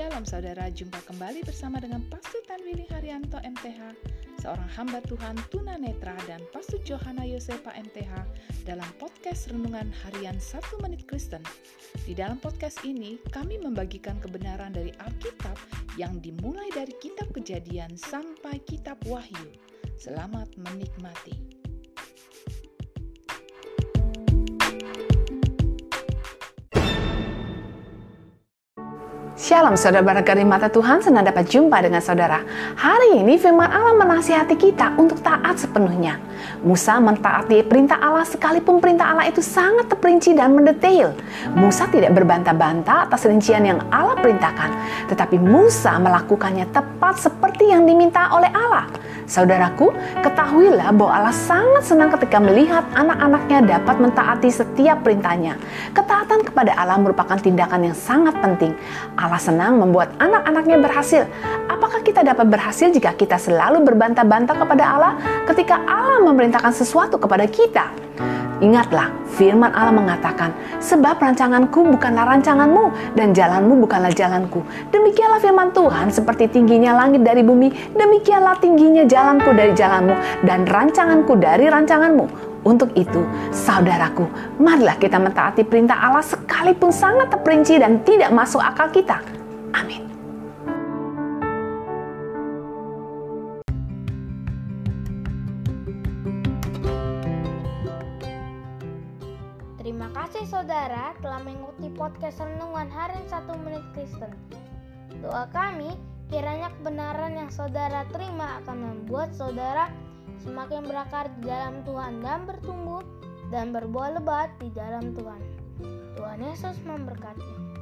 Shalom saudara, jumpa kembali bersama dengan Pastor Tanwili Haryanto MTH, seorang hamba Tuhan tunanetra, dan Pastor Johana Yosepa MTH dalam podcast Renungan Harian 1 Menit Kristen. Di dalam podcast ini, kami membagikan kebenaran dari Alkitab yang dimulai dari kitab Kejadian sampai kitab Wahyu. Selamat menikmati. Shalom saudara, berkat mata Tuhan, senang dapat jumpa dengan saudara. Hari ini firman Allah menasihati kita untuk taat sepenuhnya. Musa mentaati perintah Allah sekalipun perintah Allah itu sangat terperinci dan mendetail. Musa tidak berbantah-bantah atas rincian yang Allah perintahkan, tetapi Musa melakukannya tepat seperti yang diminta oleh Allah. Saudaraku, ketahuilah bahwa Allah sangat senang ketika melihat anak-anaknya dapat mentaati setiap perintahnya. Ketaatan kepada Allah merupakan tindakan yang sangat penting. Allah senang membuat anak-anaknya berhasil. Apakah kita dapat berhasil jika kita selalu berbantah-bantah kepada Allah ketika Allah memerintahkan sesuatu kepada kita? Ingatlah, firman Allah mengatakan, sebab rancanganku bukanlah rancanganmu, dan jalanmu bukanlah jalanku. Demikianlah firman Tuhan, seperti tingginya langit dari bumi, demikianlah tingginya jalanku dari jalanmu, dan rancanganku dari rancanganmu. Untuk itu, saudaraku, marilah kita mentaati perintah Allah sekalipun sangat terperinci dan tidak masuk akal kita. Amin. Terima kasih saudara telah mengikuti podcast Renungan Harian 1 Menit Kristen. Doa kami, kiranya kebenaran yang saudara terima akan membuat saudara semakin berakar di dalam Tuhan dan bertumbuh dan berbuah lebat di dalam Tuhan. Tuhan Yesus memberkati.